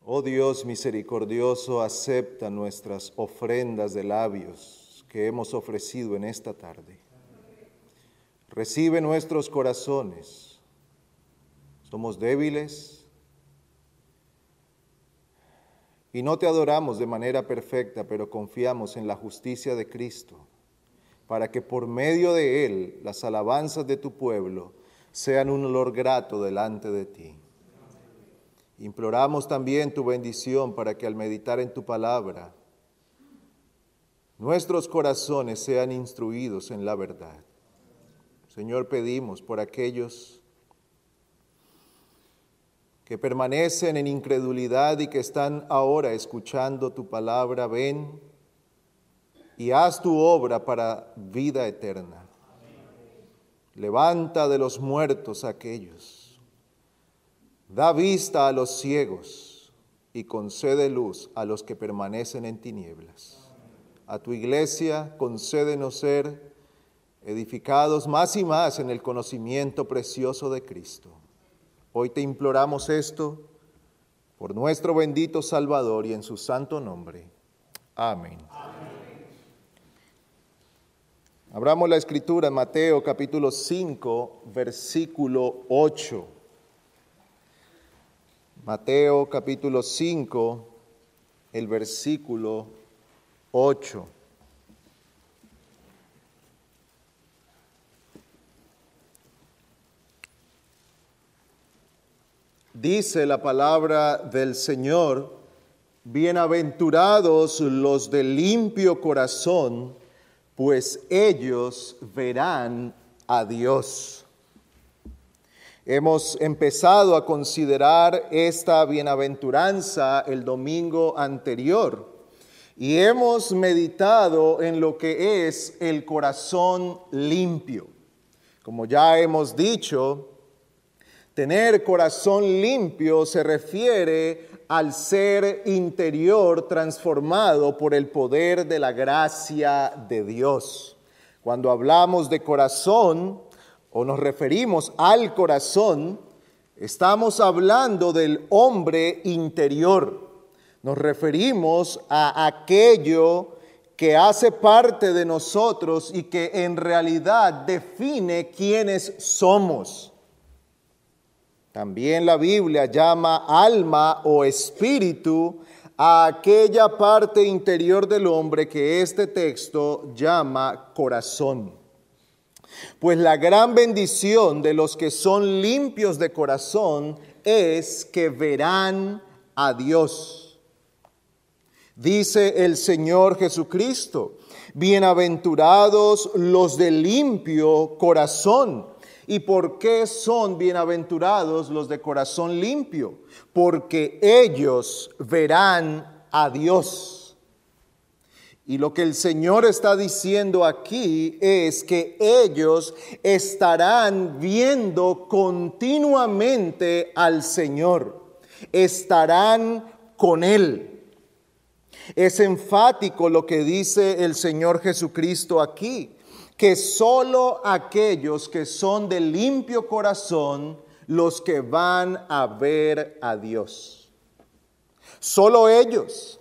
Oh Dios misericordioso, acepta nuestras ofrendas de labios que hemos ofrecido en esta tarde. Recibe nuestros corazones. Somos débiles y no te adoramos de manera perfecta, pero confiamos en la justicia de Cristo, para que por medio de Él las alabanzas de tu pueblo sean un olor grato delante de ti. Imploramos también tu bendición para que al meditar en tu palabra, nuestros corazones sean instruidos en la verdad. Señor, pedimos por aquellos que permanecen en incredulidad y que están ahora escuchando tu palabra, ven y haz tu obra para vida eterna. Levanta de los muertos a aquellos, da vista a los ciegos y concede luz a los que permanecen en tinieblas. A tu iglesia concédenos ser edificados más y más en el conocimiento precioso de Cristo. Hoy te imploramos esto por nuestro bendito Salvador y en su santo nombre. Amén. Abramos la Escritura en Mateo capítulo 5, versículo 8. Mateo capítulo 5, el versículo 8. Dice la palabra del Señor: bienaventurados los de limpio corazón, pues ellos verán a Dios. Hemos empezado a considerar esta bienaventuranza el domingo anterior y hemos meditado en lo que es el corazón limpio. Como ya hemos dicho, tener corazón limpio se refiere al ser interior transformado por el poder de la gracia de Dios. Cuando hablamos de corazón o nos referimos al corazón, estamos hablando del hombre interior. Nos referimos a aquello que hace parte de nosotros y que en realidad define quiénes somos. También la Biblia llama alma o espíritu a aquella parte interior del hombre que este texto llama corazón. Pues la gran bendición de los que son limpios de corazón es que verán a Dios. Dice el Señor Jesucristo: bienaventurados los de limpio corazón. ¿Y por qué son bienaventurados los de corazón limpio? Porque ellos verán a Dios. Y lo que el Señor está diciendo aquí es que ellos estarán viendo continuamente al Señor, estarán con Él. Es enfático lo que dice el Señor Jesucristo aquí, que solo aquellos que son de limpio corazón, los que van a ver a Dios. Solo ellos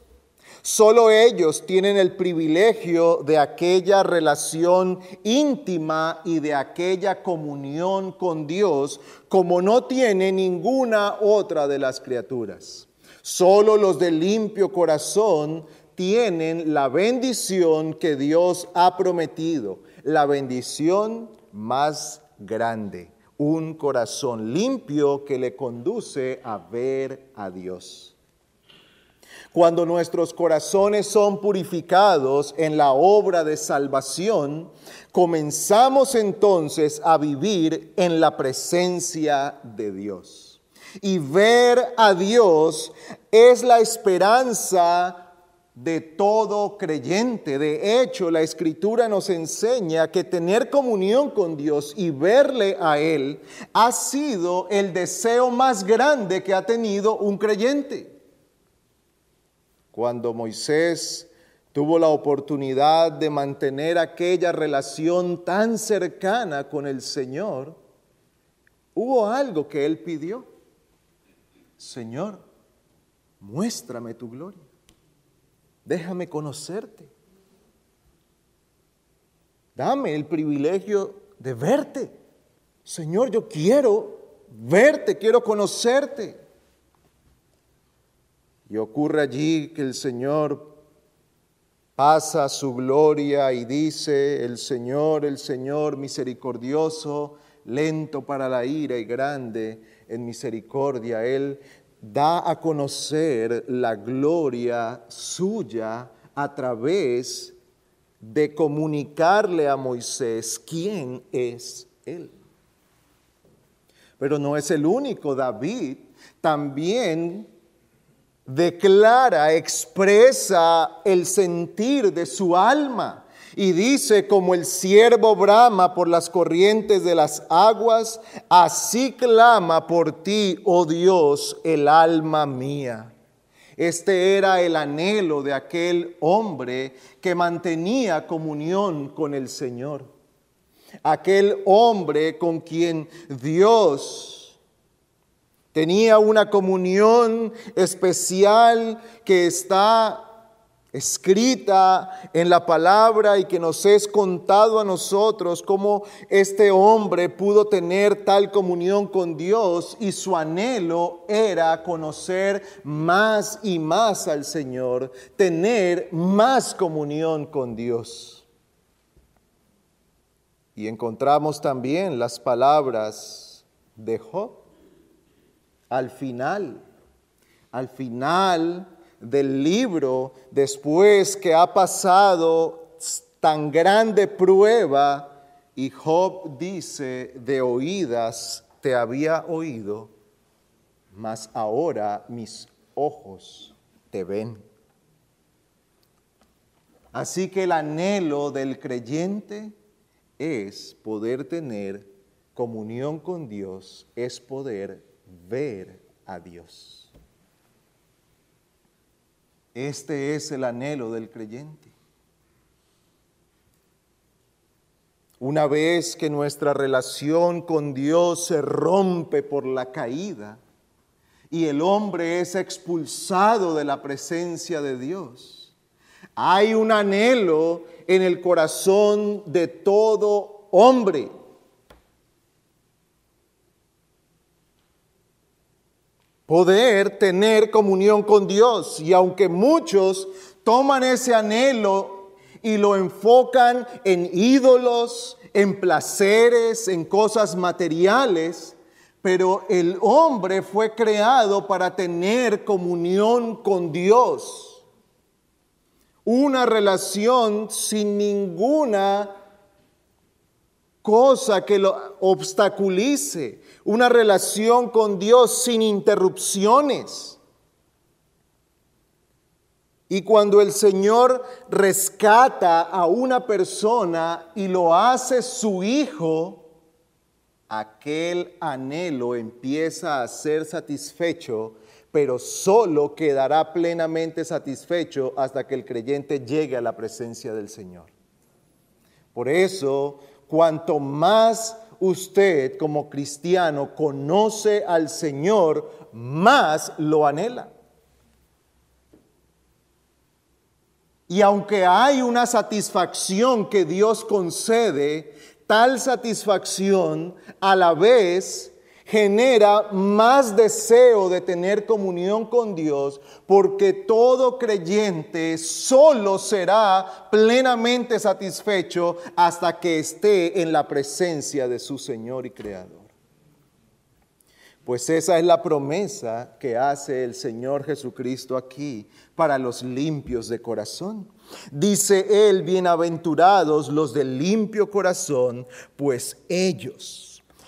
tienen el privilegio de aquella relación íntima y de aquella comunión con Dios como no tiene ninguna otra de las criaturas. Solo los de limpio corazón tienen la bendición que Dios ha prometido, la bendición más grande, un corazón limpio que le conduce a ver a Dios. Cuando nuestros corazones son purificados en la obra de salvación, comenzamos entonces a vivir en la presencia de Dios. Y ver a Dios es la esperanza de todo creyente. De hecho, la Escritura nos enseña que tener comunión con Dios y verle a Él ha sido el deseo más grande que ha tenido un creyente. Cuando Moisés tuvo la oportunidad de mantener aquella relación tan cercana con el Señor, hubo algo que él pidió. Señor, muéstrame tu gloria. Déjame conocerte. Dame el privilegio de verte. Señor, yo quiero verte, quiero conocerte. Y ocurre allí que el Señor pasa su gloria y dice, el Señor misericordioso, lento para la ira y grande en misericordia. Él da a conocer la gloria suya a través de comunicarle a Moisés quién es Él. Pero no es el único. David también declara, expresa el sentir de su alma y dice: como el ciervo brama por las corrientes de las aguas, así clama por ti, oh Dios, el alma mía. Este era el anhelo de aquel hombre que mantenía comunión con el Señor. Aquel hombre con quien Dios tenía una comunión especial que está escrita en la palabra y que nos es contado a nosotros, cómo este hombre pudo tener tal comunión con Dios, y su anhelo era conocer más y más al Señor, tener más comunión con Dios. Y encontramos también las palabras de Job. Al final del libro, después que ha pasado tan grande prueba, y Job dice: de oídas te había oído, mas ahora mis ojos te ven. Así que el anhelo del creyente es poder tener comunión con Dios, es poder ver a Dios. Este es el anhelo del creyente. Una vez que nuestra relación con Dios se rompe por la caída y el hombre es expulsado de la presencia de Dios, hay un anhelo en el corazón de todo hombre. Poder tener comunión con Dios. Y aunque muchos toman ese anhelo y lo enfocan en ídolos, en placeres, en cosas materiales, pero el hombre fue creado para tener comunión con Dios. Una relación sin ninguna cosa que lo obstaculice, una relación con Dios sin interrupciones. Y cuando el Señor rescata a una persona y lo hace su hijo, aquel anhelo empieza a ser satisfecho, pero solo quedará plenamente satisfecho hasta que el creyente llegue a la presencia del Señor. Por eso, cuanto más usted como cristiano conoce al Señor, más lo anhela. Y aunque hay una satisfacción que Dios concede, tal satisfacción a la vez genera más deseo de tener comunión con Dios, porque todo creyente solo será plenamente satisfecho hasta que esté en la presencia de su Señor y Creador. Pues esa es la promesa que hace el Señor Jesucristo aquí para los limpios de corazón. Dice Él: bienaventurados los de limpio corazón, pues ellos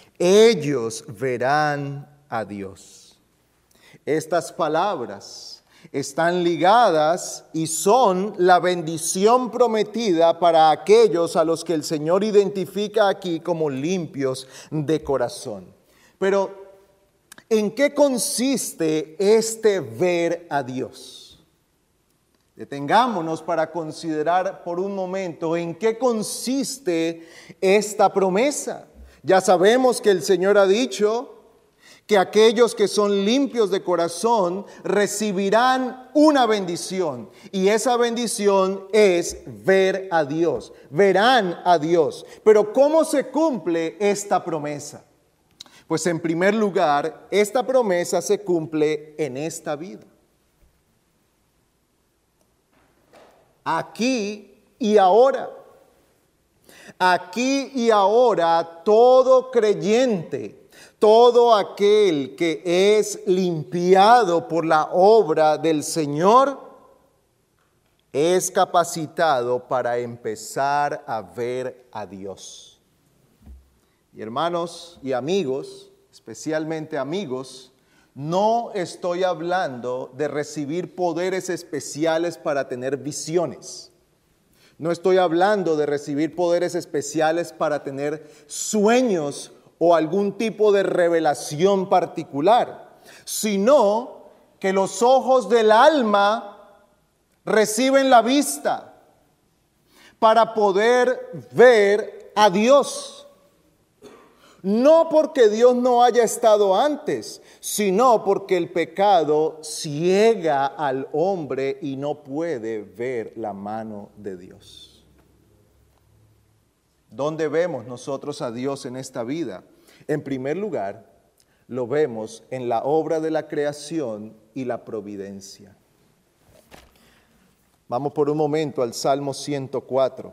verán a Dios. Estas palabras están ligadas y son la bendición prometida para aquellos a los que el Señor identifica aquí como limpios de corazón. Pero, ¿en qué consiste este ver a Dios? Detengámonos para considerar por un momento en qué consiste esta promesa. Ya sabemos que el Señor ha dicho que aquellos que son limpios de corazón recibirán una bendición. Y esa bendición es ver a Dios. Verán a Dios. Pero ¿cómo se cumple esta promesa? Pues en primer lugar, esta promesa se cumple en esta vida. Aquí y ahora. Aquí y ahora todo creyente, todo aquel que es limpiado por la obra del Señor, es capacitado para empezar a ver a Dios. Y hermanos y amigos, especialmente amigos, no estoy hablando de recibir poderes especiales para tener visiones. No estoy hablando de recibir poderes especiales para tener sueños o algún tipo de revelación particular, sino que los ojos del alma reciben la vista para poder ver a Dios. No porque Dios no haya estado antes, sino porque el pecado ciega al hombre y no puede ver la mano de Dios. ¿Dónde vemos nosotros a Dios en esta vida? En primer lugar, lo vemos en la obra de la creación y la providencia. Vamos por un momento al Salmo 104.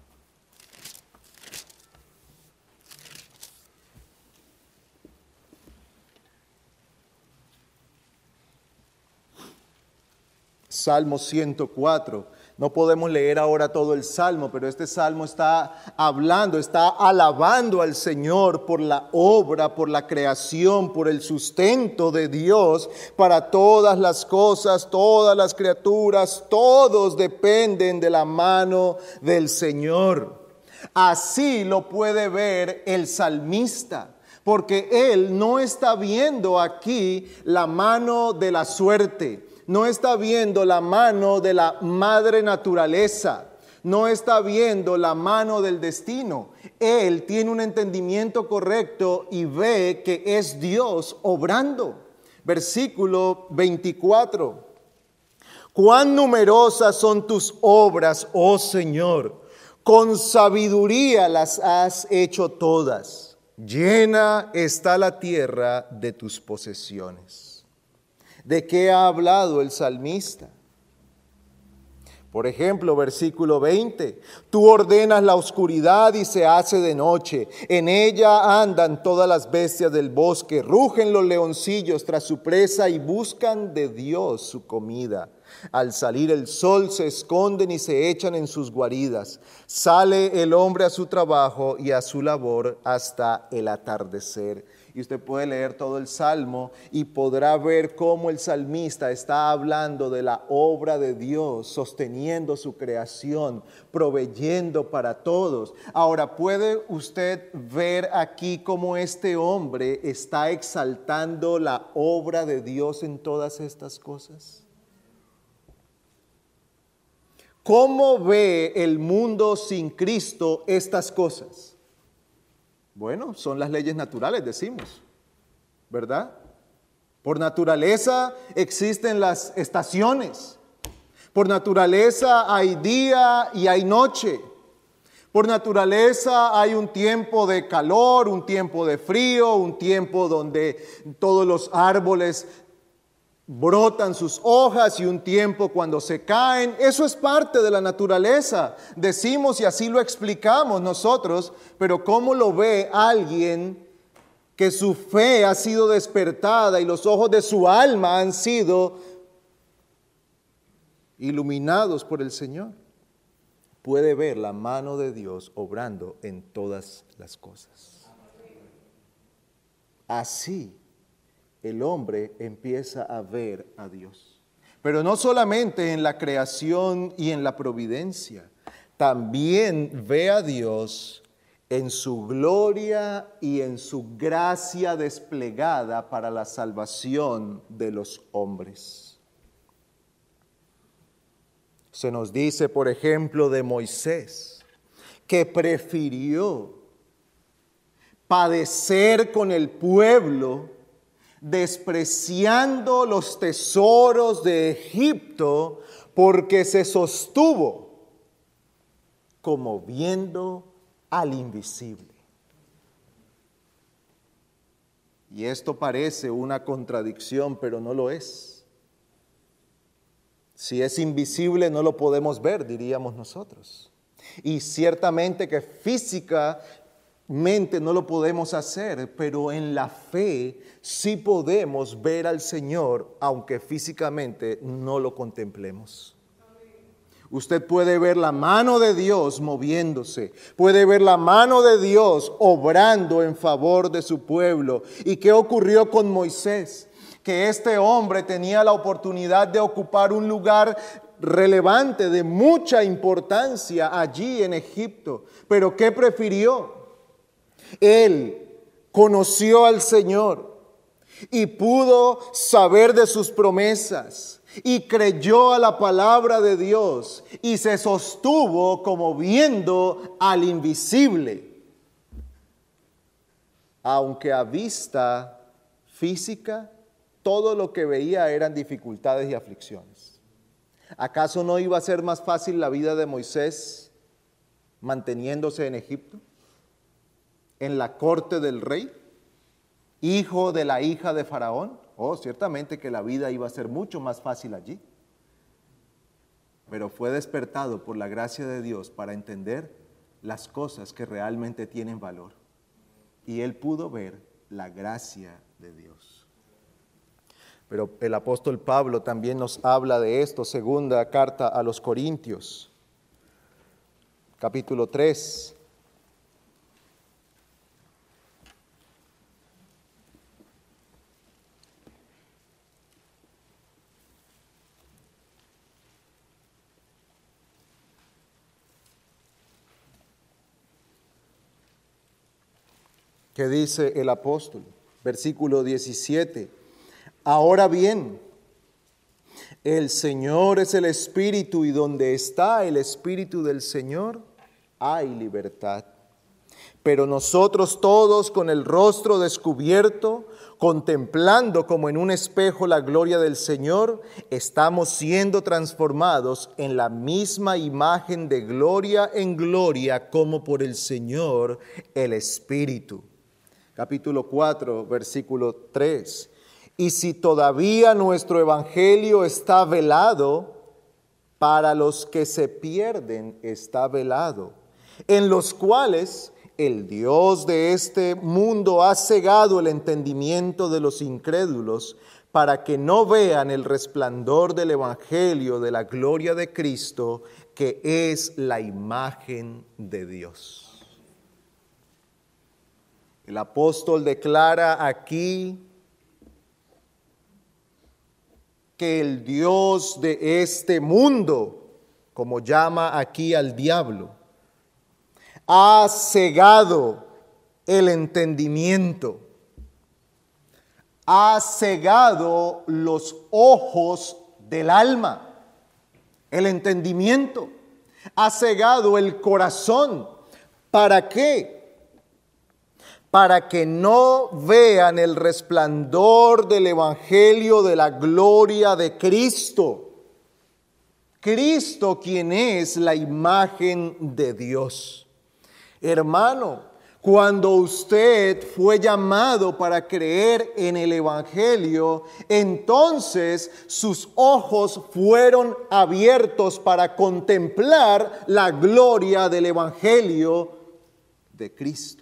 Salmo 104. No podemos leer ahora todo el Salmo, pero este Salmo está hablando, está alabando al Señor por la obra, por la creación, por el sustento de Dios para todas las cosas, todas las criaturas, todos dependen de la mano del Señor. Así lo puede ver el salmista. Porque él no está viendo aquí la mano de la suerte, no está viendo la mano de la madre naturaleza, no está viendo la mano del destino. Él tiene un entendimiento correcto y ve que es Dios obrando. Versículo 24. Cuán numerosas son tus obras, oh Señor, con sabiduría las has hecho todas. Llena está la tierra de tus posesiones. ¿De qué ha hablado el salmista? Por ejemplo, versículo 20. Tú ordenas la oscuridad y se hace de noche. En ella andan todas las bestias del bosque. Rugen los leoncillos tras su presa y buscan de Dios su comida. Al salir el sol se esconden y se echan en sus guaridas. Sale el hombre a su trabajo y a su labor hasta el atardecer. Y usted puede leer todo el Salmo y podrá ver cómo el salmista está hablando de la obra de Dios, sosteniendo su creación, proveyendo para todos. Ahora, ¿puede usted ver aquí cómo este hombre está exaltando la obra de Dios en todas estas cosas? ¿Cómo ve el mundo sin Cristo estas cosas? Bueno, son las leyes naturales, decimos, ¿verdad? Por naturaleza existen las estaciones. Por naturaleza hay día y hay noche. Por naturaleza hay un tiempo de calor, un tiempo de frío, un tiempo donde todos los árboles brotan sus hojas y un tiempo cuando se caen. Eso es parte de la naturaleza, decimos y así lo explicamos nosotros, pero ¿cómo lo ve alguien que su fe ha sido despertada y los ojos de su alma han sido iluminados por el Señor? Puede ver la mano de Dios obrando en todas las cosas. Así el hombre empieza a ver a Dios. Pero no solamente en la creación y en la providencia, también ve a Dios en su gloria y en su gracia desplegada para la salvación de los hombres. Se nos dice, por ejemplo, de Moisés, que prefirió padecer con el pueblo despreciando los tesoros de Egipto, porque se sostuvo como viendo al invisible. Y esto parece una contradicción, pero no lo es. Si es invisible, no lo podemos ver, diríamos nosotros. Y ciertamente que físicamente no lo podemos hacer, pero en la fe sí podemos ver al Señor, aunque físicamente no lo contemplemos. Usted puede ver la mano de Dios moviéndose, puede ver la mano de Dios obrando en favor de su pueblo. ¿Y qué ocurrió con Moisés? Que este hombre tenía la oportunidad de ocupar un lugar relevante, de mucha importancia allí en Egipto. ¿Pero qué prefirió? Él conoció al Señor y pudo saber de sus promesas y creyó a la palabra de Dios y se sostuvo como viendo al invisible, aunque a vista física todo lo que veía eran dificultades y aflicciones. ¿Acaso no iba a ser más fácil la vida de Moisés manteniéndose en Egipto, en la corte del rey, hijo de la hija de Faraón? Oh, ciertamente que la vida iba a ser mucho más fácil allí. Pero fue despertado por la gracia de Dios para entender las cosas que realmente tienen valor. Y él pudo ver la gracia de Dios. Pero el apóstol Pablo también nos habla de esto, segunda carta a los Corintios, capítulo 3. ¿Qué dice el apóstol? Versículo 17. Ahora bien, el Señor es el Espíritu, y donde está el Espíritu del Señor, hay libertad. Pero nosotros todos, con el rostro descubierto, contemplando como en un espejo la gloria del Señor, estamos siendo transformados en la misma imagen de gloria en gloria, como por el Señor el Espíritu. Capítulo 4, versículo 3. Y si todavía nuestro evangelio está velado, para los que se pierden está velado, en los cuales el Dios de este mundo ha cegado el entendimiento de los incrédulos, para que no vean el resplandor del evangelio de la gloria de Cristo, que es la imagen de Dios. El apóstol declara aquí que el Dios de este mundo, como llama aquí al diablo, ha cegado el entendimiento, ha cegado los ojos del alma, el entendimiento, ha cegado el corazón. ¿Para qué? Para que no vean el resplandor del evangelio de la gloria de Cristo. Cristo, quien es la imagen de Dios. Hermano, cuando usted fue llamado para creer en el evangelio, entonces sus ojos fueron abiertos para contemplar la gloria del evangelio de Cristo.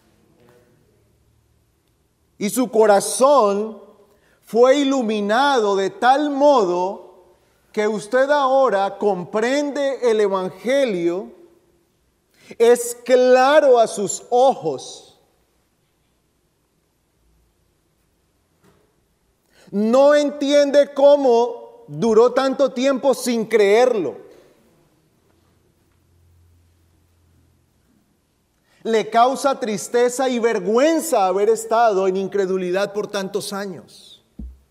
Y su corazón fue iluminado de tal modo que usted ahora comprende el evangelio, es claro a sus ojos. No entiende cómo duró tanto tiempo sin creerlo. Le causa tristeza y vergüenza haber estado en incredulidad por tantos años.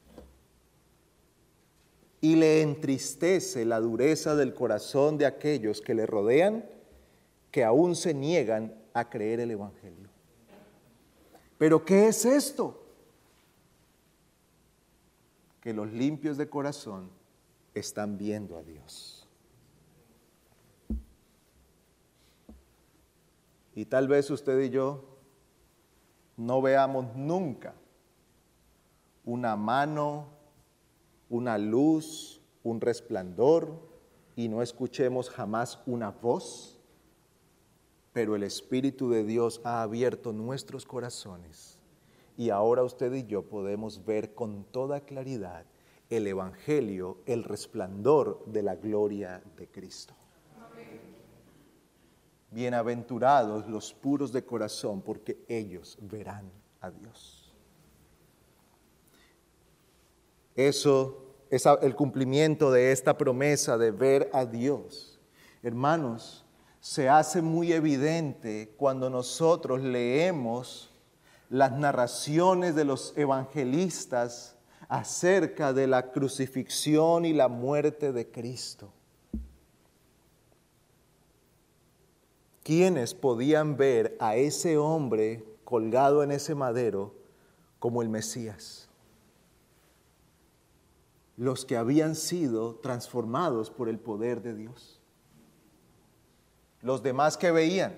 Y le entristece la dureza del corazón de aquellos que le rodean, que aún se niegan a creer el evangelio. ¿Pero qué es esto? porque los limpios de corazón están viendo a Dios. Y tal vez usted y yo no veamos nunca una mano, una luz, un resplandor, y no escuchemos jamás una voz, pero el Espíritu de Dios ha abierto nuestros corazones y ahora usted y yo podemos ver con toda claridad el Evangelio, el resplandor de la gloria de Cristo. Bienaventurados los puros de corazón, porque ellos verán a Dios. Eso es el cumplimiento de esta promesa de ver a Dios. Hermanos, se hace muy evidente cuando nosotros leemos las narraciones de los evangelistas acerca de la crucifixión y la muerte de Cristo. ¿Quiénes podían ver a ese hombre colgado en ese madero como el Mesías? Los que habían sido transformados por el poder de Dios. Los demás que veían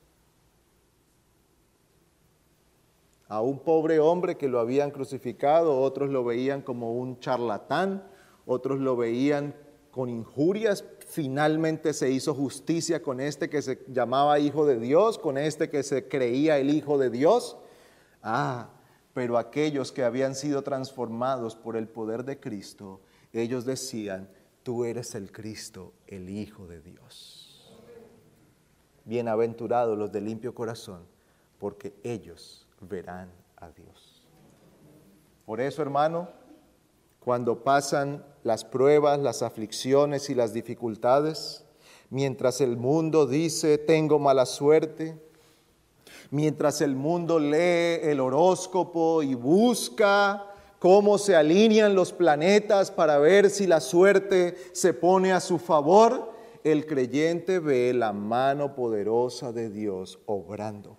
a un pobre hombre que lo habían crucificado, otros lo veían como un charlatán, otros lo veían con injurias. Finalmente se hizo justicia con este que se llamaba Hijo de Dios, con este que se creía el Hijo de Dios. Pero aquellos que habían sido transformados por el poder de Cristo, ellos decían: tú eres el Cristo, el Hijo de Dios. Bienaventurados los de limpio corazón, porque ellos verán a Dios. Por eso, hermano, cuando pasan las pruebas, las aflicciones y las dificultades, mientras el mundo dice tengo mala suerte, mientras el mundo lee el horóscopo y busca cómo se alinean los planetas para ver si la suerte se pone a su favor, el creyente ve la mano poderosa de Dios obrando.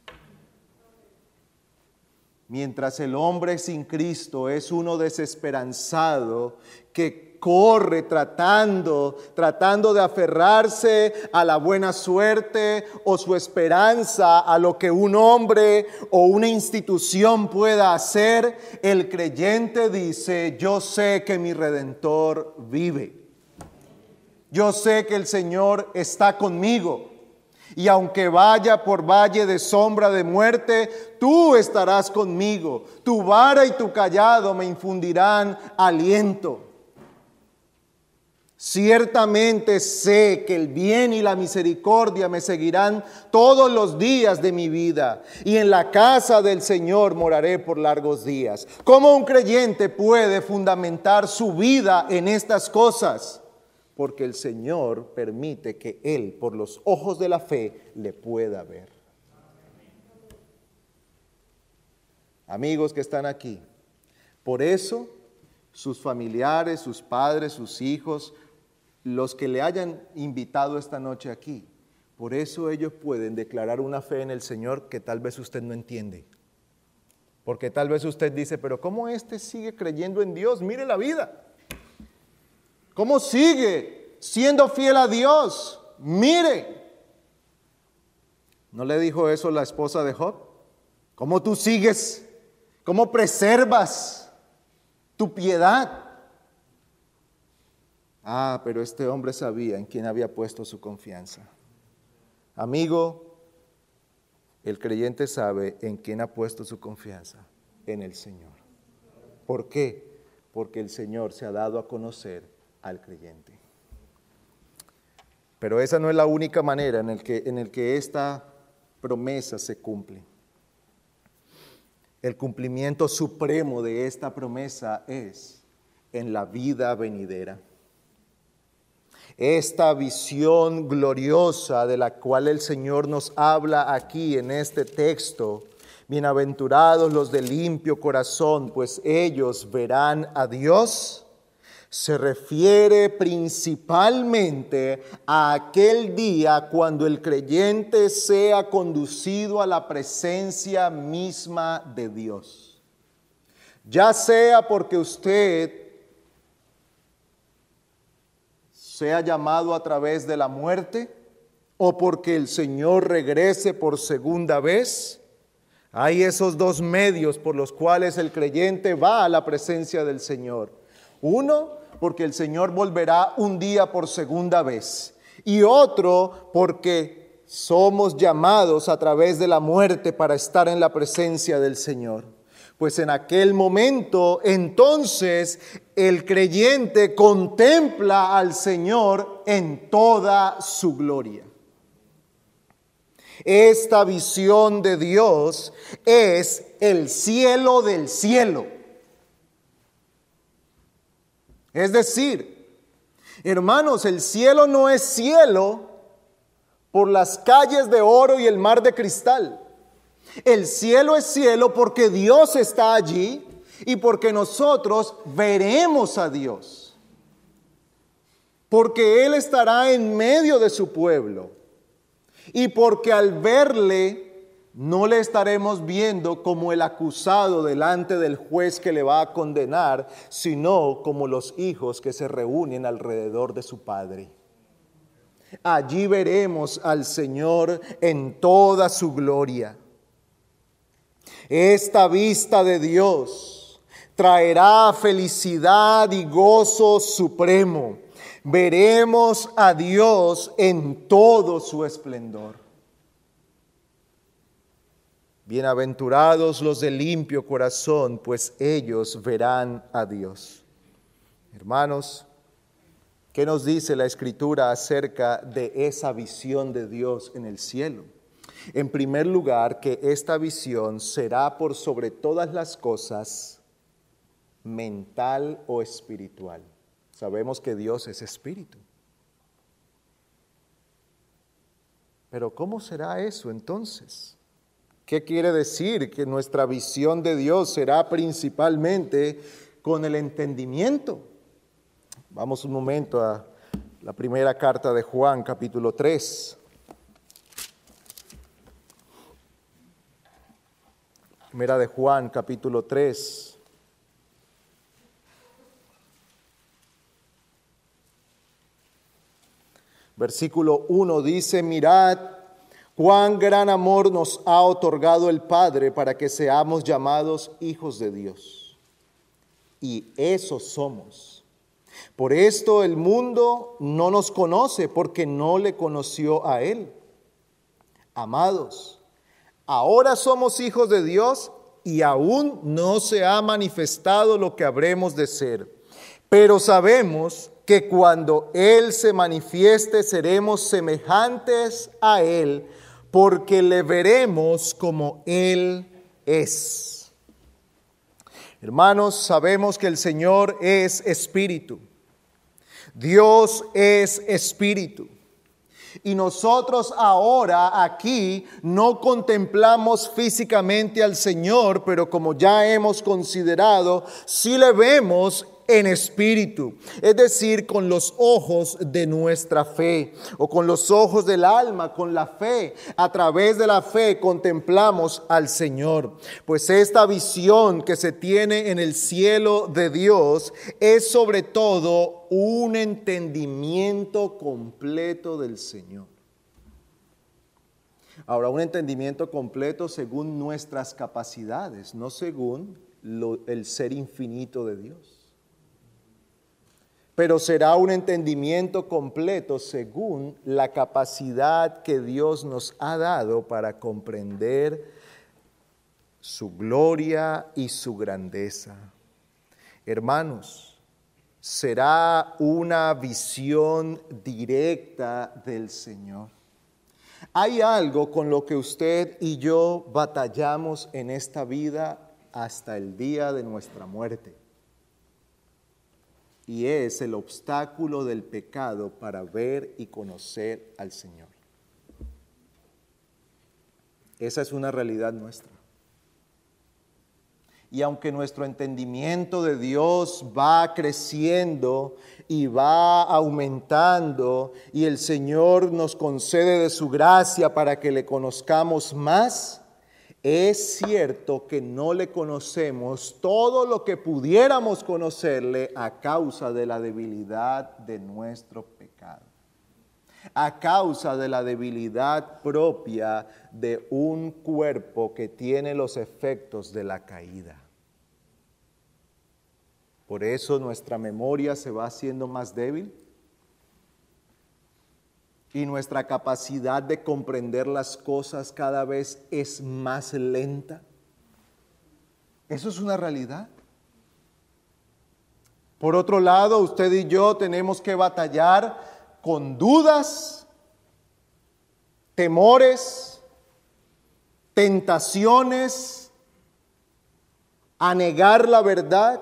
Mientras el hombre sin Cristo es uno desesperanzado que corre tratando de aferrarse a la buena suerte o su esperanza a lo que un hombre o una institución pueda hacer, el creyente dice: yo sé que mi Redentor vive. Yo sé que el Señor está conmigo. Y aunque vaya por valle de sombra de muerte, tú estarás conmigo. Tu vara y tu cayado me infundirán aliento. Ciertamente sé que el bien y la misericordia me seguirán todos los días de mi vida, y en la casa del Señor moraré por largos días. ¿Cómo un creyente puede fundamentar su vida en estas cosas? Porque el Señor permite que Él, por los ojos de la fe, le pueda ver. Amigos que están aquí, por eso sus familiares, sus padres, sus hijos, los que le hayan invitado esta noche aquí, por eso ellos pueden declarar una fe en el Señor que tal vez usted no entiende. Porque tal vez usted dice: pero ¿cómo este sigue creyendo en Dios? Mire la vida. ¿Cómo sigue siendo fiel a Dios? Mire. ¿No le dijo eso la esposa de Job? ¿Cómo tú sigues? ¿Cómo preservas tu piedad? Pero este hombre sabía en quién había puesto su confianza. Amigo, el creyente sabe en quién ha puesto su confianza: en el Señor. ¿Por qué? Porque el Señor se ha dado a conocer al creyente. Pero esa no es la única manera en el que esta promesa se cumple. El cumplimiento supremo de esta promesa es en la vida venidera. Esta visión gloriosa de la cual el Señor nos habla aquí en este texto: bienaventurados los de limpio corazón, pues ellos verán a Dios, se refiere principalmente a aquel día cuando el creyente sea conducido a la presencia misma de Dios. Ya sea porque usted sea llamado a través de la muerte o porque el Señor regrese por segunda vez. Hay esos dos medios por los cuales el creyente va a la presencia del Señor. Uno, porque el Señor volverá un día por segunda vez. Y otro, porque somos llamados a través de la muerte para estar en la presencia del Señor. Pues en aquel momento, entonces, el creyente contempla al Señor en toda su gloria. Esta visión de Dios es el cielo del cielo. Es decir, hermanos, el cielo no es cielo por las calles de oro y el mar de cristal. El cielo es cielo porque Dios está allí y porque nosotros veremos a Dios. Porque Él estará en medio de su pueblo. Y porque al verle no le estaremos viendo como el acusado delante del juez que le va a condenar, sino como los hijos que se reúnen alrededor de su padre. Allí veremos al Señor en toda su gloria. Esta vista de Dios traerá felicidad y gozo supremo. Veremos a Dios en todo su esplendor. Bienaventurados los de limpio corazón, pues ellos verán a Dios. Hermanos, ¿qué nos dice la Escritura acerca de esa visión de Dios en el cielo? En primer lugar, que esta visión será por sobre todas las cosas mental o espiritual. Sabemos que Dios es espíritu. Pero ¿cómo será eso entonces? ¿Qué quiere decir? Que nuestra visión de Dios será principalmente con el entendimiento. Vamos un momento a la primera carta de Juan, capítulo 3. Primera de Juan, capítulo 3. Versículo 1 dice: mirad cuán gran amor nos ha otorgado el Padre para que seamos llamados hijos de Dios. Y eso somos. Por esto el mundo no nos conoce, porque no le conoció a Él. Amados, ahora somos hijos de Dios y aún no se ha manifestado lo que habremos de ser. Pero sabemos que cuando Él se manifieste seremos semejantes a Él, porque le veremos como Él es. Hermanos, sabemos que el Señor es espíritu. Dios es espíritu. Y nosotros ahora aquí no contemplamos físicamente al Señor, pero como ya hemos considerado, sí le vemos en espíritu, es decir, con los ojos de nuestra fe, o con los ojos del alma, con la fe. A través de la fe contemplamos al Señor. Pues esta visión que se tiene en el cielo de Dios es sobre todo un entendimiento completo del Señor. Ahora, un entendimiento completo según nuestras capacidades, no según el ser infinito de Dios. Pero será un entendimiento completo según la capacidad que Dios nos ha dado para comprender su gloria y su grandeza. Hermanos, será una visión directa del Señor. Hay algo con lo que usted y yo batallamos en esta vida hasta el día de nuestra muerte. Y es el obstáculo del pecado para ver y conocer al Señor. Esa es una realidad nuestra. Y aunque nuestro entendimiento de Dios va creciendo y va aumentando, y el Señor nos concede de su gracia para que le conozcamos más, es cierto que no le conocemos todo lo que pudiéramos conocerle a causa de la debilidad de nuestro pecado. a causa de la debilidad propia de un cuerpo que tiene los efectos de la caída. Por eso nuestra memoria se va haciendo más débil y nuestra capacidad de comprender las cosas cada vez es más lenta. Eso es una realidad. Por otro lado, usted y yo tenemos que batallar con dudas, temores, tentaciones, a negar la verdad.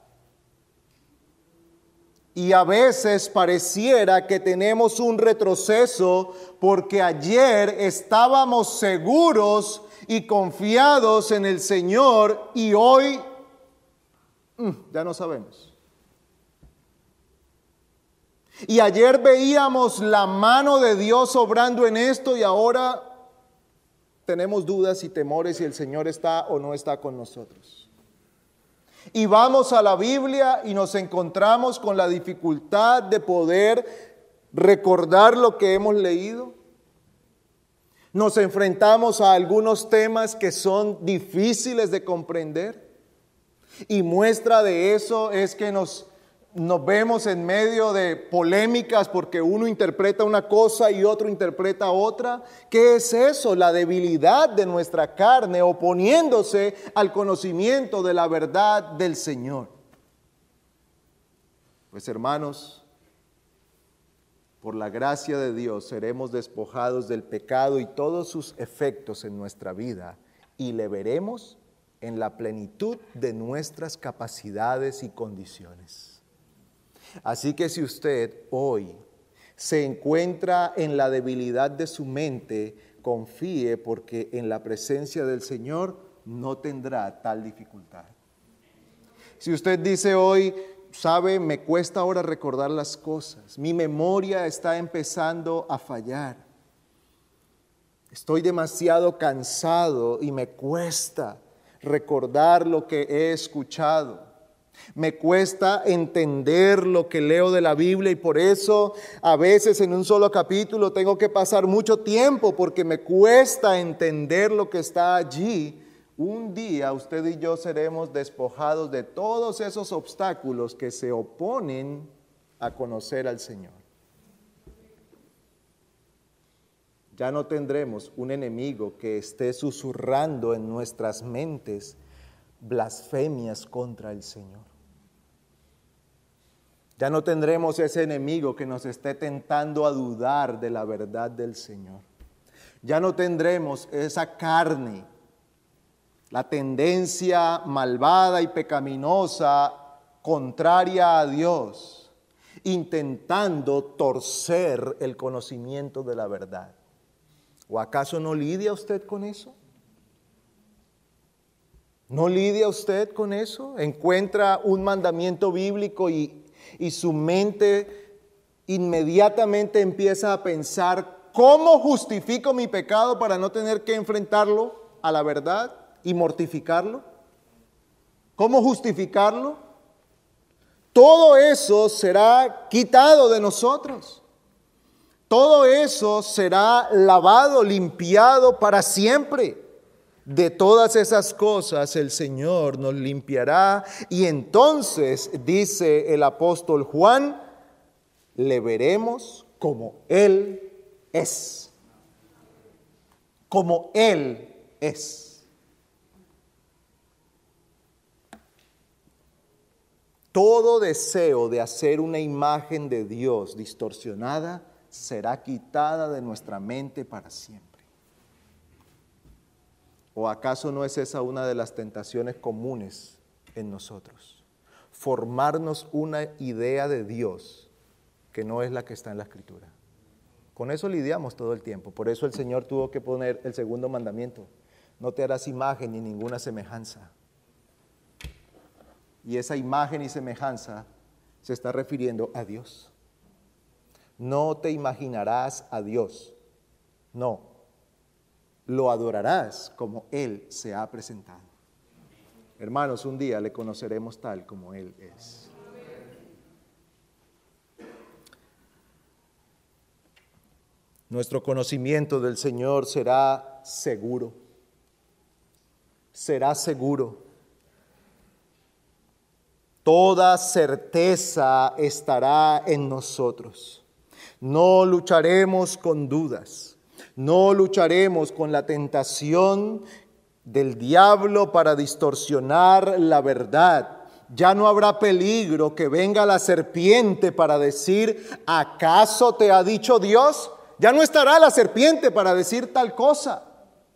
Y a veces pareciera que tenemos un retroceso porque ayer estábamos seguros y confiados en el Señor y hoy ya no sabemos. Y ayer veíamos la mano de Dios obrando en esto y ahora tenemos dudas y temores si el Señor está o no está con nosotros. Y vamos a la Biblia y nos encontramos con la dificultad de poder recordar lo que hemos leído. Nos enfrentamos a algunos temas que son difíciles de comprender. Y muestra de eso es que nos vemos en medio de polémicas porque uno interpreta una cosa y otro interpreta otra. ¿Qué es eso? La debilidad de nuestra carne oponiéndose al conocimiento de la verdad del Señor. Pues hermanos, por la gracia de Dios seremos despojados del pecado y todos sus efectos en nuestra vida y le veremos en la plenitud de nuestras capacidades y condiciones. Así que si usted hoy se encuentra en la debilidad de su mente, confíe porque en la presencia del Señor no tendrá tal dificultad. Si usted dice hoy, sabe, me cuesta ahora recordar las cosas, mi memoria está empezando a fallar, estoy demasiado cansado y me cuesta recordar lo que he escuchado. Me cuesta entender lo que leo de la Biblia y por eso a veces en un solo capítulo tengo que pasar mucho tiempo porque me cuesta entender lo que está allí. Un día usted y yo seremos despojados de todos esos obstáculos que se oponen a conocer al Señor. Ya no tendremos un enemigo que esté susurrando en nuestras mentes blasfemias contra el Señor. Ya no tendremos ese enemigo que nos esté tentando a dudar de la verdad del Señor. Ya no tendremos esa carne, la tendencia malvada y pecaminosa contraria a Dios, intentando torcer el conocimiento de la verdad. ¿O acaso no lidia usted con eso? ¿No lidia usted con eso? Encuentra un mandamiento bíblico y su mente inmediatamente empieza a pensar, ¿cómo justifico mi pecado para no tener que enfrentarlo a la verdad y mortificarlo? ¿Cómo justificarlo? Todo eso será quitado de nosotros. Todo eso será lavado, limpiado para siempre. De todas esas cosas el Señor nos limpiará y entonces, dice el apóstol Juan, le veremos como Él es. Como Él es. Todo deseo de hacer una imagen de Dios distorsionada será quitada de nuestra mente para siempre. ¿O acaso no es esa una de las tentaciones comunes en nosotros? Formarnos una idea de Dios que no es la que está en la Escritura. Con eso lidiamos todo el tiempo. Por eso el Señor tuvo que poner el segundo mandamiento. No te harás imagen ni ninguna semejanza. Y esa imagen y semejanza se está refiriendo a Dios. No te imaginarás a Dios. No. Lo adorarás como Él se ha presentado. Hermanos, un día le conoceremos tal como Él es. nuestro conocimiento del Señor será seguro. Será seguro. Toda certeza estará en nosotros. No lucharemos con dudas. No lucharemos con la tentación del diablo para distorsionar la verdad. Ya no habrá peligro que venga la serpiente para decir, ¿acaso te ha dicho Dios? Ya no estará la serpiente para decir tal cosa.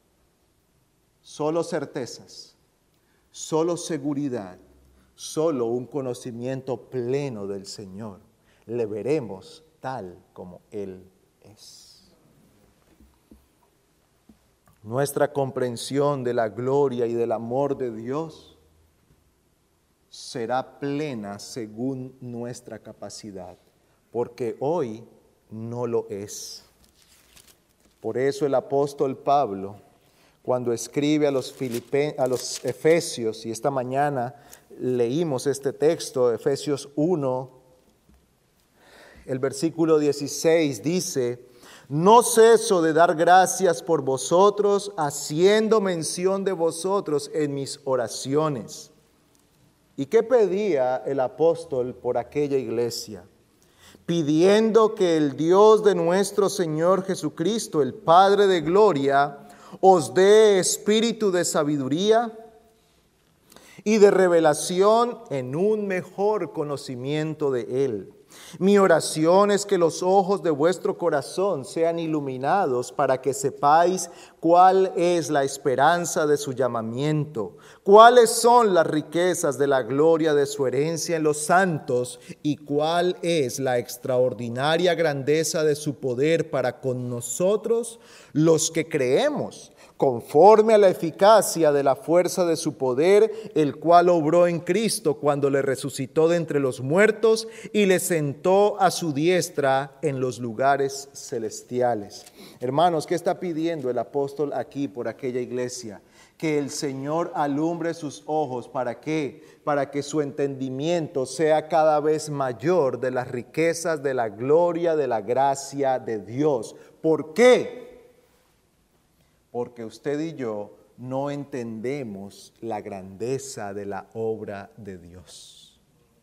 Solo certezas, solo seguridad, solo un conocimiento pleno del Señor. Le veremos tal como Él es. Nuestra comprensión de la gloria y del amor de Dios será plena según nuestra capacidad, porque hoy no lo es. Por eso el apóstol Pablo, cuando escribe a los Efesios, y esta mañana leímos este texto, Efesios 1, el versículo 16 dice: no ceso de dar gracias por vosotros, haciendo mención de vosotros en mis oraciones. ¿Y qué pedía el apóstol por aquella iglesia? Pidiendo que el Dios de nuestro Señor Jesucristo, el Padre de gloria, os dé espíritu de sabiduría y de revelación en un mejor conocimiento de Él. Mi oración es que los ojos de vuestro corazón sean iluminados para que sepáis cuál es la esperanza de su llamamiento, cuáles son las riquezas de la gloria de su herencia en los santos y cuál es la extraordinaria grandeza de su poder para con nosotros los que creemos, conforme a la eficacia de la fuerza de su poder, el cual obró en Cristo cuando le resucitó de entre los muertos y le sentó a su diestra en los lugares celestiales. Hermanos, ¿qué está pidiendo el apóstol aquí por aquella iglesia? Que el Señor alumbre sus ojos. ¿Para qué? Para que su entendimiento sea cada vez mayor de las riquezas de la gloria, de la gracia de Dios. ¿Por qué? Porque usted y yo no entendemos la grandeza de la obra de Dios.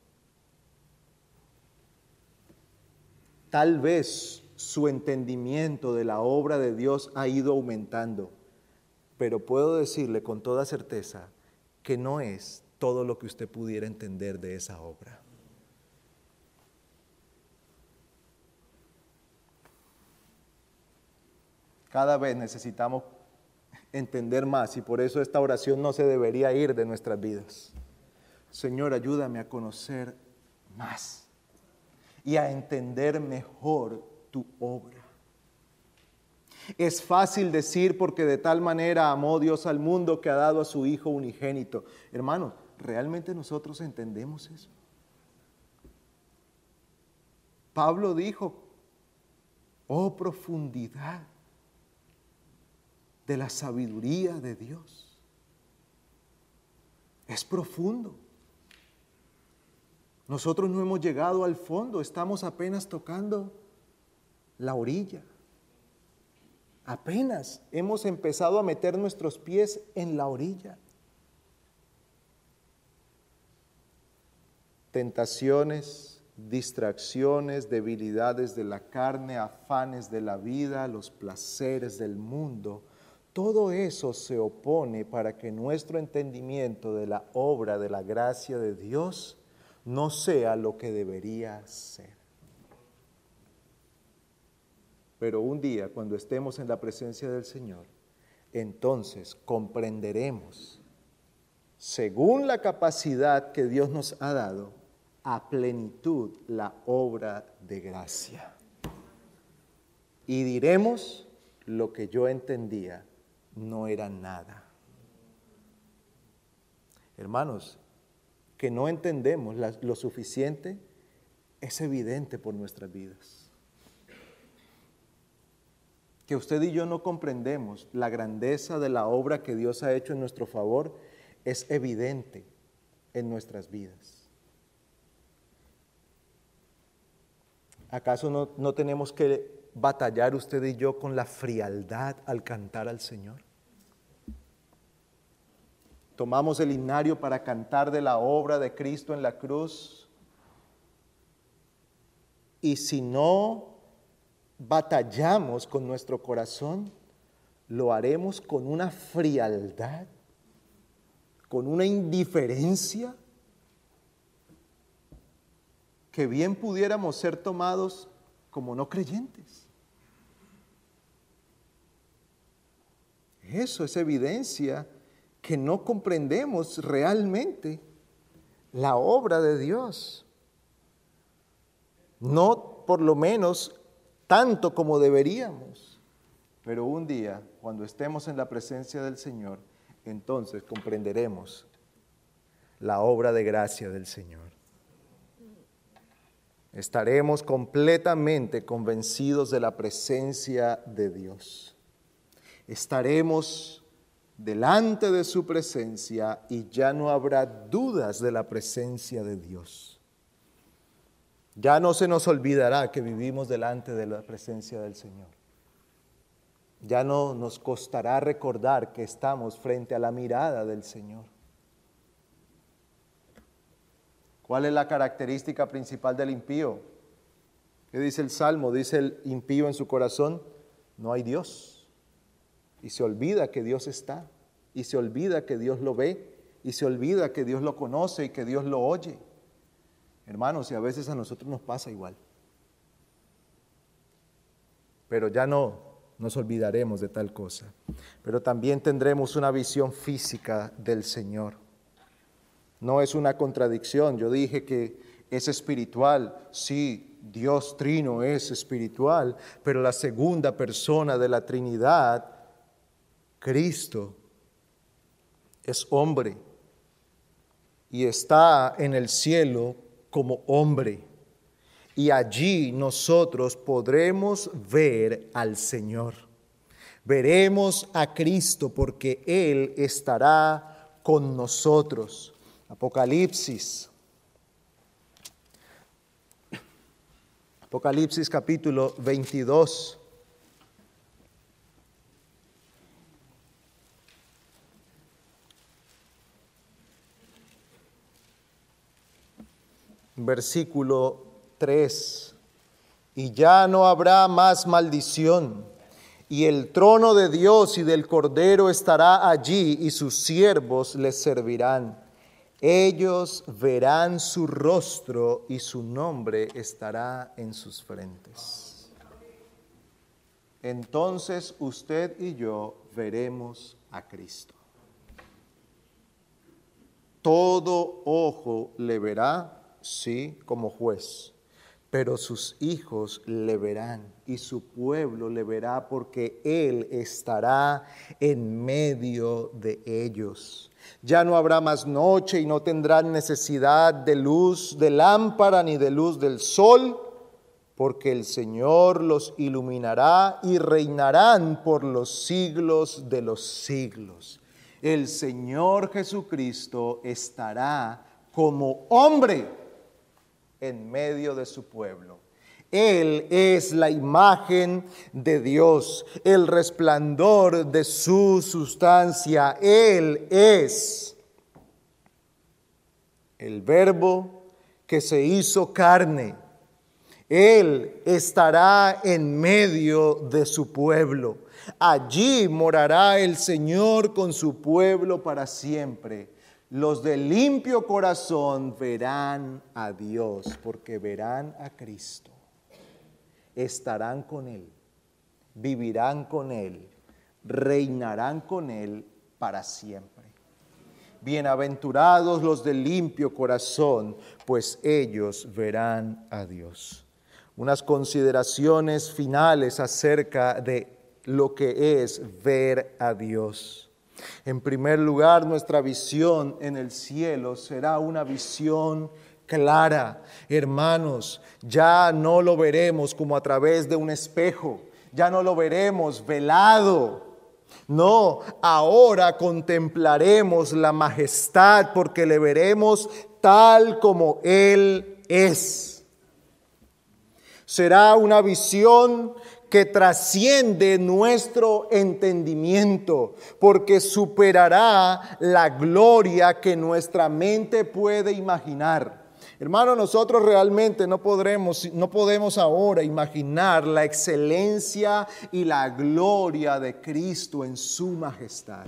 Tal vez su entendimiento de la obra de Dios ha ido aumentando, pero puedo decirle con toda certeza que no es todo lo que usted pudiera entender de esa obra. Cada vez necesitamos entender más y por eso esta oración no se debería ir de nuestras vidas. Señor, ayúdame a conocer más y a entender mejor tu obra. Es fácil decir porque de tal manera amó Dios al mundo que ha dado a su Hijo unigénito. Hermanos, ¿realmente nosotros entendemos eso? Pablo dijo, oh profundidad de la sabiduría de Dios. Es profundo. Nosotros no hemos llegado al fondo, estamos apenas tocando la orilla. Apenas hemos empezado a meter nuestros pies en la orilla. Tentaciones, distracciones, debilidades de la carne, afanes de la vida, los placeres del mundo, todo eso se opone para que nuestro entendimiento de la obra de la gracia de Dios no sea lo que debería ser. Pero un día, cuando estemos en la presencia del Señor, entonces comprenderemos, según la capacidad que Dios nos ha dado, a plenitud la obra de gracia. Y diremos, lo que yo entendía no era nada. Hermanos, que no entendemos lo suficiente es evidente por nuestras vidas. Que usted y yo no comprendemos la grandeza de la obra que Dios ha hecho en nuestro favor es evidente en nuestras vidas. ¿Acaso no tenemos que batallar usted y yo con la frialdad al cantar al Señor? Tomamos el himnario para cantar de la obra de Cristo en la cruz, y si no batallamos con nuestro corazón, lo haremos con una frialdad, con una indiferencia, que bien pudiéramos ser tomados como no creyentes. Eso es evidencia que no comprendemos realmente la obra de Dios. No por lo menos tanto como deberíamos. Pero un día, cuando estemos en la presencia del Señor, entonces comprenderemos la obra de gracia del Señor. Estaremos completamente convencidos de la presencia de Dios. Estaremos delante de su presencia y ya no habrá dudas de la presencia de Dios. Ya no se nos olvidará que vivimos delante de la presencia del Señor. Ya no nos costará recordar que estamos frente a la mirada del Señor. ¿Cuál es la característica principal del impío? ¿Qué dice el Salmo? Dice el impío en su corazón: no hay Dios. Y se olvida que Dios está, y se olvida que Dios lo ve, y se olvida que Dios lo conoce y que Dios lo oye. Hermanos, y a veces a nosotros nos pasa igual. Pero ya no nos olvidaremos de tal cosa. Pero también tendremos una visión física del Señor. No es una contradicción. Yo dije que es espiritual. Sí, Dios Trino es espiritual, pero la segunda persona de la Trinidad, Cristo, es hombre y está en el cielo como hombre. Y allí nosotros podremos ver al Señor. Veremos a Cristo porque Él estará con nosotros. Apocalipsis capítulo 22. Versículo 3. Y ya no habrá más maldición, y el trono de Dios y del Cordero estará allí, y sus siervos les servirán. Ellos verán su rostro, y su nombre estará en sus frentes. Entonces usted y yo veremos a Cristo. Todo ojo le verá, sí, como juez, pero sus hijos le verán y su pueblo le verá, porque Él estará en medio de ellos. Ya no habrá más noche y no tendrán necesidad de luz de lámpara ni de luz del sol, porque el Señor los iluminará y reinarán por los siglos de los siglos. El Señor Jesucristo estará como hombre en medio de su pueblo. Él es la imagen de Dios, el resplandor de su sustancia. Él es el Verbo que se hizo carne. Él estará en medio de su pueblo. Allí morará el Señor con su pueblo para siempre. Los de limpio corazón verán a Dios, porque verán a Cristo. Estarán con Él, vivirán con Él, reinarán con Él para siempre. Bienaventurados los de limpio corazón, pues ellos verán a Dios. Unas consideraciones finales acerca de lo que es ver a Dios. En primer lugar, nuestra visión en el cielo será una visión clara. Hermanos, ya no lo veremos como a través de un espejo, ya no lo veremos velado. No, ahora contemplaremos la majestad porque le veremos tal como Él es. Será una visión que trasciende nuestro entendimiento, porque superará la gloria que nuestra mente puede imaginar. Hermano, nosotros realmente no podemos ahora imaginar la excelencia y la gloria de Cristo en su majestad.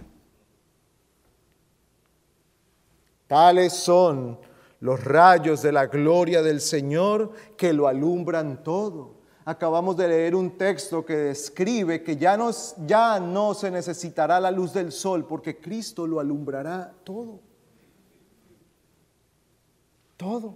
Tales son los rayos de la gloria del Señor que lo alumbran todo. Acabamos de leer un texto que describe que ya no se necesitará la luz del sol porque Cristo lo alumbrará todo. Todo.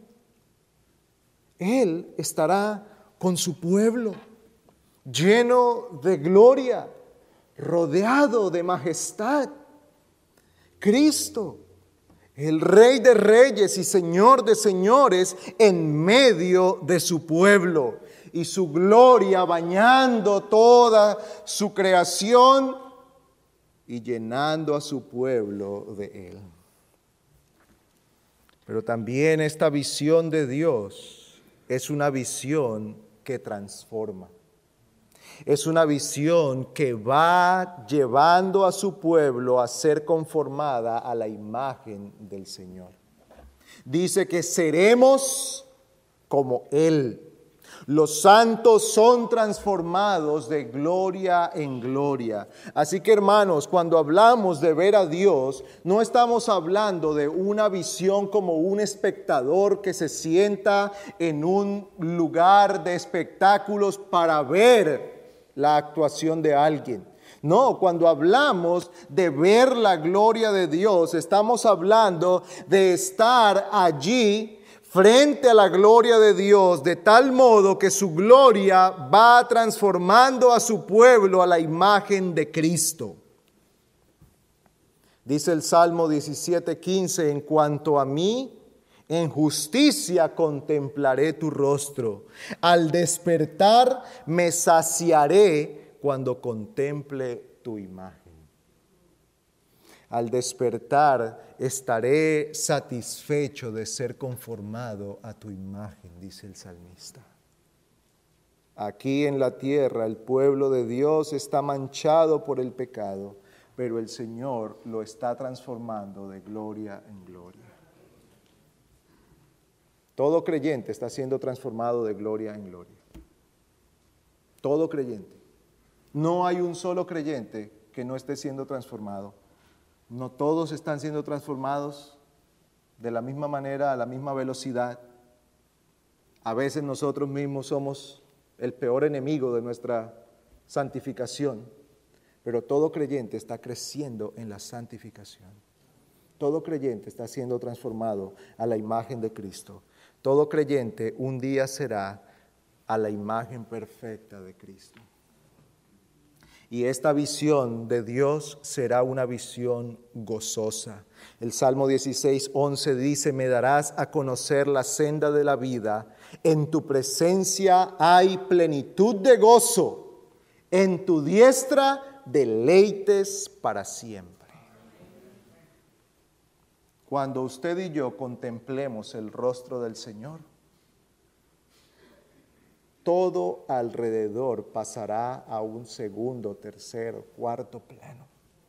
Él estará con su pueblo, lleno de gloria, rodeado de majestad. Cristo, el Rey de Reyes y Señor de Señores, en medio de su pueblo, y su gloria bañando toda su creación y llenando a su pueblo de Él. Pero también esta visión de Dios es una visión que transforma. Es una visión que va llevando a su pueblo a ser conformada a la imagen del Señor. Dice que seremos como Él. Los santos son transformados de gloria en gloria. Así que, hermanos, cuando hablamos de ver a Dios, no estamos hablando de una visión como un espectador que se sienta en un lugar de espectáculos para ver la actuación de alguien. No, cuando hablamos de ver la gloria de Dios, estamos hablando de estar allí frente a la gloria de Dios, de tal modo que su gloria va transformando a su pueblo a la imagen de Cristo. Dice el Salmo 17:15, en cuanto a mí, en justicia contemplaré tu rostro. Al despertar me saciaré cuando contemple tu imagen. Al despertar estaré satisfecho de ser conformado a tu imagen, dice el salmista. Aquí en la tierra el pueblo de Dios está manchado por el pecado, pero el Señor lo está transformando de gloria en gloria. Todo creyente está siendo transformado de gloria en gloria. Todo creyente. No hay un solo creyente que no esté siendo transformado. No todos están siendo transformados de la misma manera, a la misma velocidad. A veces nosotros mismos somos el peor enemigo de nuestra santificación, pero todo creyente está creciendo en la santificación. Todo creyente está siendo transformado a la imagen de Cristo. Todo creyente un día será a la imagen perfecta de Cristo. Y esta visión de Dios será una visión gozosa. El Salmo 16:11 dice, me darás a conocer la senda de la vida. En tu presencia hay plenitud de gozo. En tu diestra deleites para siempre. Cuando usted y yo contemplemos el rostro del Señor, todo alrededor pasará a un segundo, tercero, cuarto plano.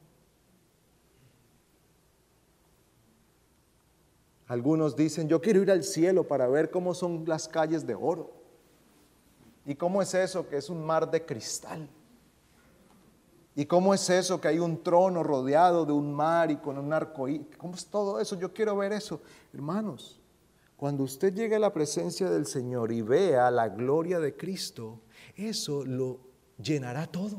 Algunos dicen, yo quiero ir al cielo para ver cómo son las calles de oro. ¿Y cómo es eso que es un mar de cristal? ¿Y cómo es eso que hay un trono rodeado de un mar y con un arcoíris? ¿Cómo es todo eso? Yo quiero ver eso. Hermanos, cuando usted llegue a la presencia del Señor y vea la gloria de Cristo, eso lo llenará todo.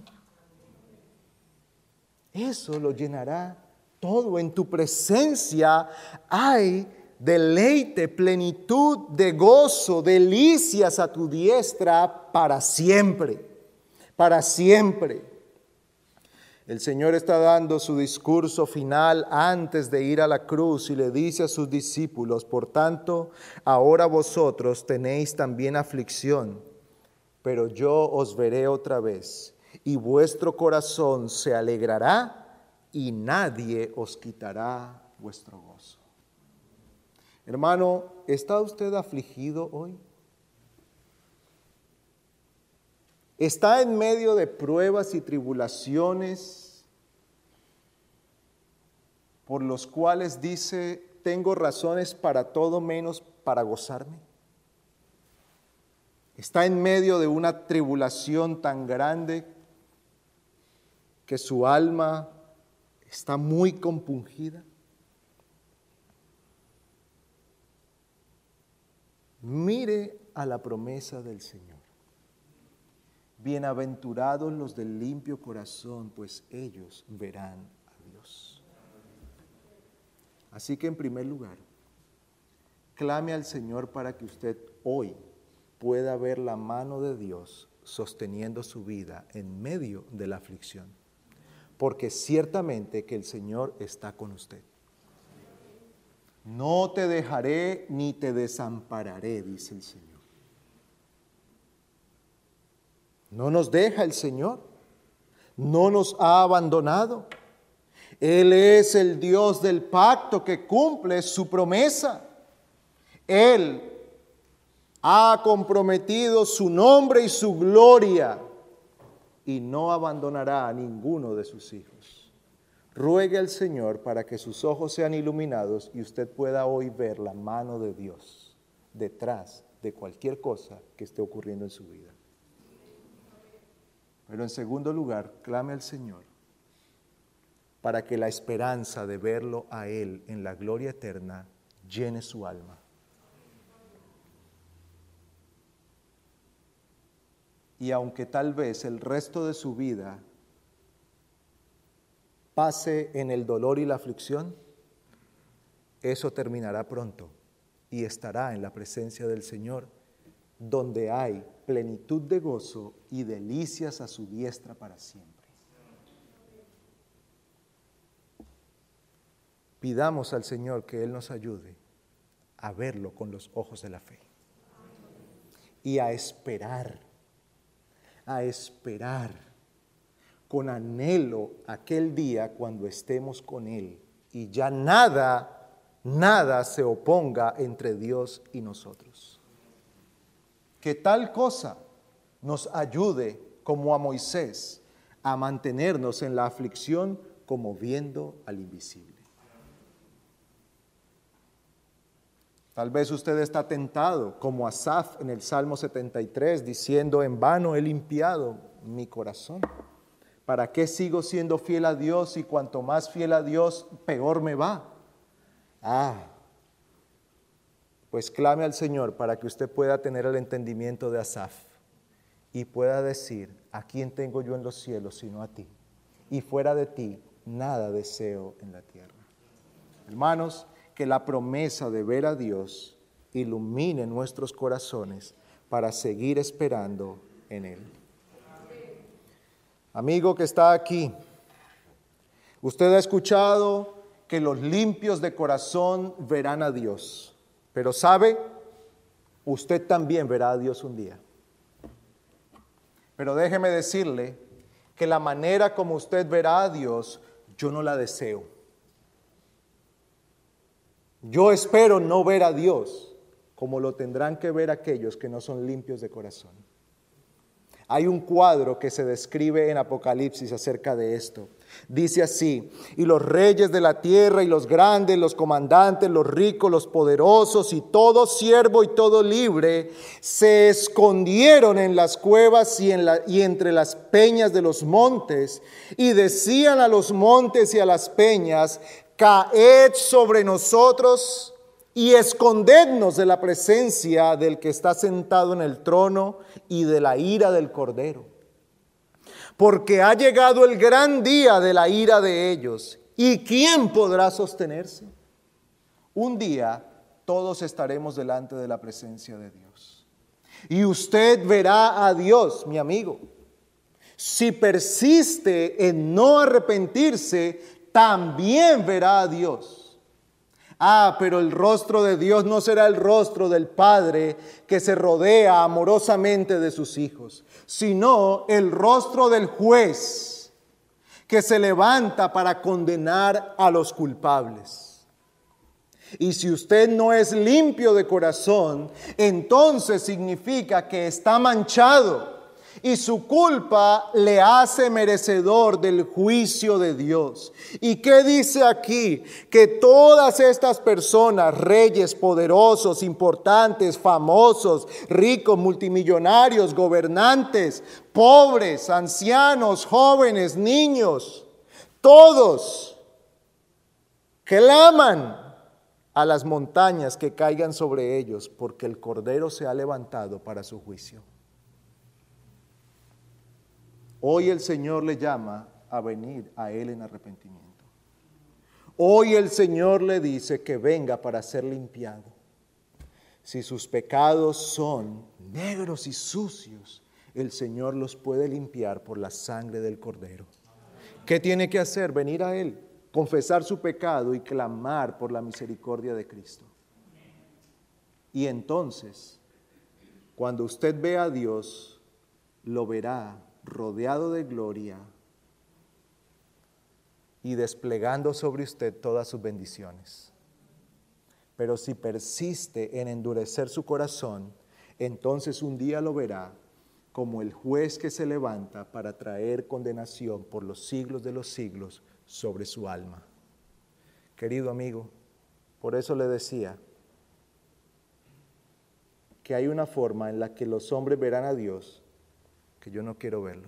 Eso lo llenará todo. En tu presencia hay deleite, plenitud de gozo, delicias a tu diestra para siempre. Para siempre. El Señor está dando su discurso final antes de ir a la cruz y le dice a sus discípulos, por tanto, ahora vosotros tenéis también aflicción, pero yo os veré otra vez y vuestro corazón se alegrará y nadie os quitará vuestro gozo. Hermano, ¿está usted afligido hoy? está en medio de pruebas y tribulaciones por los cuales dice, tengo razones para todo menos para gozarme. Está en medio de una tribulación tan grande que su alma está muy compungida. Mire a la promesa del Señor. Bienaventurados los del limpio corazón, pues ellos verán a Dios. Así que en primer lugar, clame al Señor para que usted hoy pueda ver la mano de Dios sosteniendo su vida en medio de la aflicción. Porque ciertamente que el Señor está con usted. No te dejaré ni te desampararé, dice el Señor. No nos deja el Señor, no nos ha abandonado. Él es el Dios del pacto que cumple su promesa. Él ha comprometido su nombre y su gloria y no abandonará a ninguno de sus hijos. Ruegue al Señor para que sus ojos sean iluminados y usted pueda hoy ver la mano de Dios detrás de cualquier cosa que esté ocurriendo en su vida. Pero en segundo lugar, clame al Señor para que la esperanza de verlo a Él en la gloria eterna llene su alma. Y aunque tal vez el resto de su vida pase en el dolor y la aflicción, eso terminará pronto y estará en la presencia del Señor, donde hay plenitud de gozo y delicias a su diestra para siempre. Pidamos al Señor que Él nos ayude a verlo con los ojos de la fe y a esperar con anhelo aquel día cuando estemos con Él y ya nada se oponga entre Dios y nosotros. Que tal cosa nos ayude, como a Moisés, a mantenernos en la aflicción como viendo al invisible. Tal vez usted está tentado, como Asaf en el Salmo 73, diciendo, en vano he limpiado mi corazón. ¿Para qué sigo siendo fiel a Dios y cuanto más fiel a Dios, peor me va? Pues clame al Señor para que usted pueda tener el entendimiento de Asaf y pueda decir, ¿a quién tengo yo en los cielos sino a ti? Y fuera de ti, nada deseo en la tierra. Hermanos, que la promesa de ver a Dios ilumine nuestros corazones para seguir esperando en Él. Amigo que está aquí, usted ha escuchado que los limpios de corazón verán a Dios, pero ¿sabe? Usted también verá a Dios un día. Pero déjeme decirle que la manera como usted verá a Dios, yo no la deseo. Yo espero no ver a Dios como lo tendrán que ver aquellos que no son limpios de corazón. Hay un cuadro que se describe en Apocalipsis acerca de esto. Dice así, y los reyes de la tierra y los grandes, los comandantes, los ricos, los poderosos y todo siervo y todo libre se escondieron en las cuevas y entre las peñas de los montes y decían a los montes y a las peñas, caed sobre nosotros y escondednos de la presencia del que está sentado en el trono y de la ira del Cordero. Porque ha llegado el gran día de la ira de ellos. ¿Y quién podrá sostenerse? Un día todos estaremos delante de la presencia de Dios. Y usted verá a Dios, mi amigo. Si persiste en no arrepentirse, también verá a Dios. Pero el rostro de Dios no será el rostro del Padre que se rodea amorosamente de sus hijos, sino el rostro del juez que se levanta para condenar a los culpables. Y si usted no es limpio de corazón, entonces significa que está manchado, y su culpa le hace merecedor del juicio de Dios. ¿Y qué dice aquí? Que todas estas personas, reyes poderosos, importantes, famosos, ricos, multimillonarios, gobernantes, pobres, ancianos, jóvenes, niños, todos claman a las montañas que caigan sobre ellos, porque el Cordero se ha levantado para su juicio. Hoy el Señor le llama a venir a Él en arrepentimiento. Hoy el Señor le dice que venga para ser limpiado. Si sus pecados son negros y sucios, el Señor los puede limpiar por la sangre del Cordero. ¿Qué tiene que hacer? Venir a Él, confesar su pecado y clamar por la misericordia de Cristo. Y entonces, cuando usted ve a Dios, lo verá rodeado de gloria y desplegando sobre usted todas sus bendiciones. Pero si persiste en endurecer su corazón, entonces un día lo verá como el juez que se levanta para traer condenación por los siglos de los siglos sobre su alma. Querido amigo, por eso le decía que hay una forma en la que los hombres verán a Dios que yo no quiero verlo,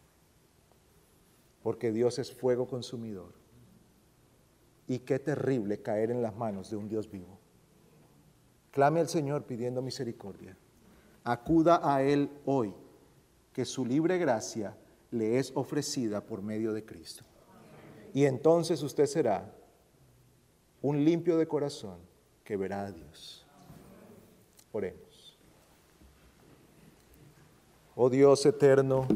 porque Dios es fuego consumidor. Y qué terrible caer en las manos de un Dios vivo. Clame al Señor pidiendo misericordia. Acuda a Él hoy, que su libre gracia le es ofrecida por medio de Cristo. Y entonces usted será un limpio de corazón que verá a Dios. Oremos. Oh Dios eterno,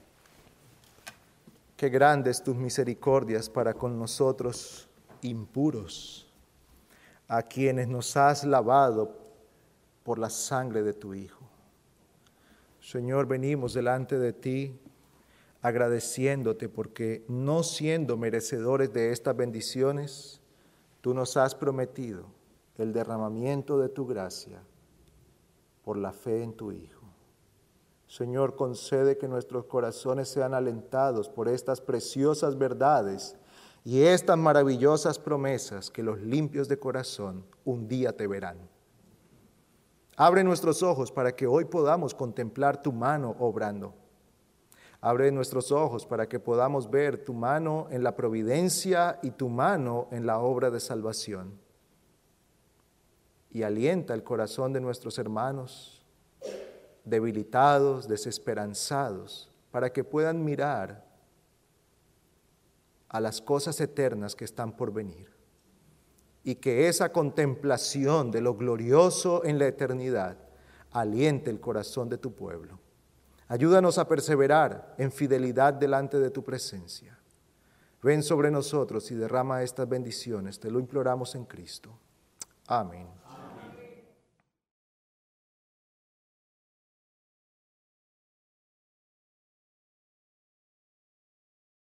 qué grandes tus misericordias para con nosotros impuros, a quienes nos has lavado por la sangre de tu Hijo. Señor, venimos delante de ti agradeciéndote porque no siendo merecedores de estas bendiciones, tú nos has prometido el derramamiento de tu gracia por la fe en tu Hijo. Señor, concede que nuestros corazones sean alentados por estas preciosas verdades y estas maravillosas promesas que los limpios de corazón un día te verán. Abre nuestros ojos para que hoy podamos contemplar tu mano obrando. Abre nuestros ojos para que podamos ver tu mano en la providencia y tu mano en la obra de salvación. Y alienta el corazón de nuestros hermanos debilitados, desesperanzados, para que puedan mirar a las cosas eternas que están por venir. Y que esa contemplación de lo glorioso en la eternidad aliente el corazón de tu pueblo. Ayúdanos a perseverar en fidelidad delante de tu presencia. Ven sobre nosotros y derrama estas bendiciones. Te lo imploramos en Cristo. Amén.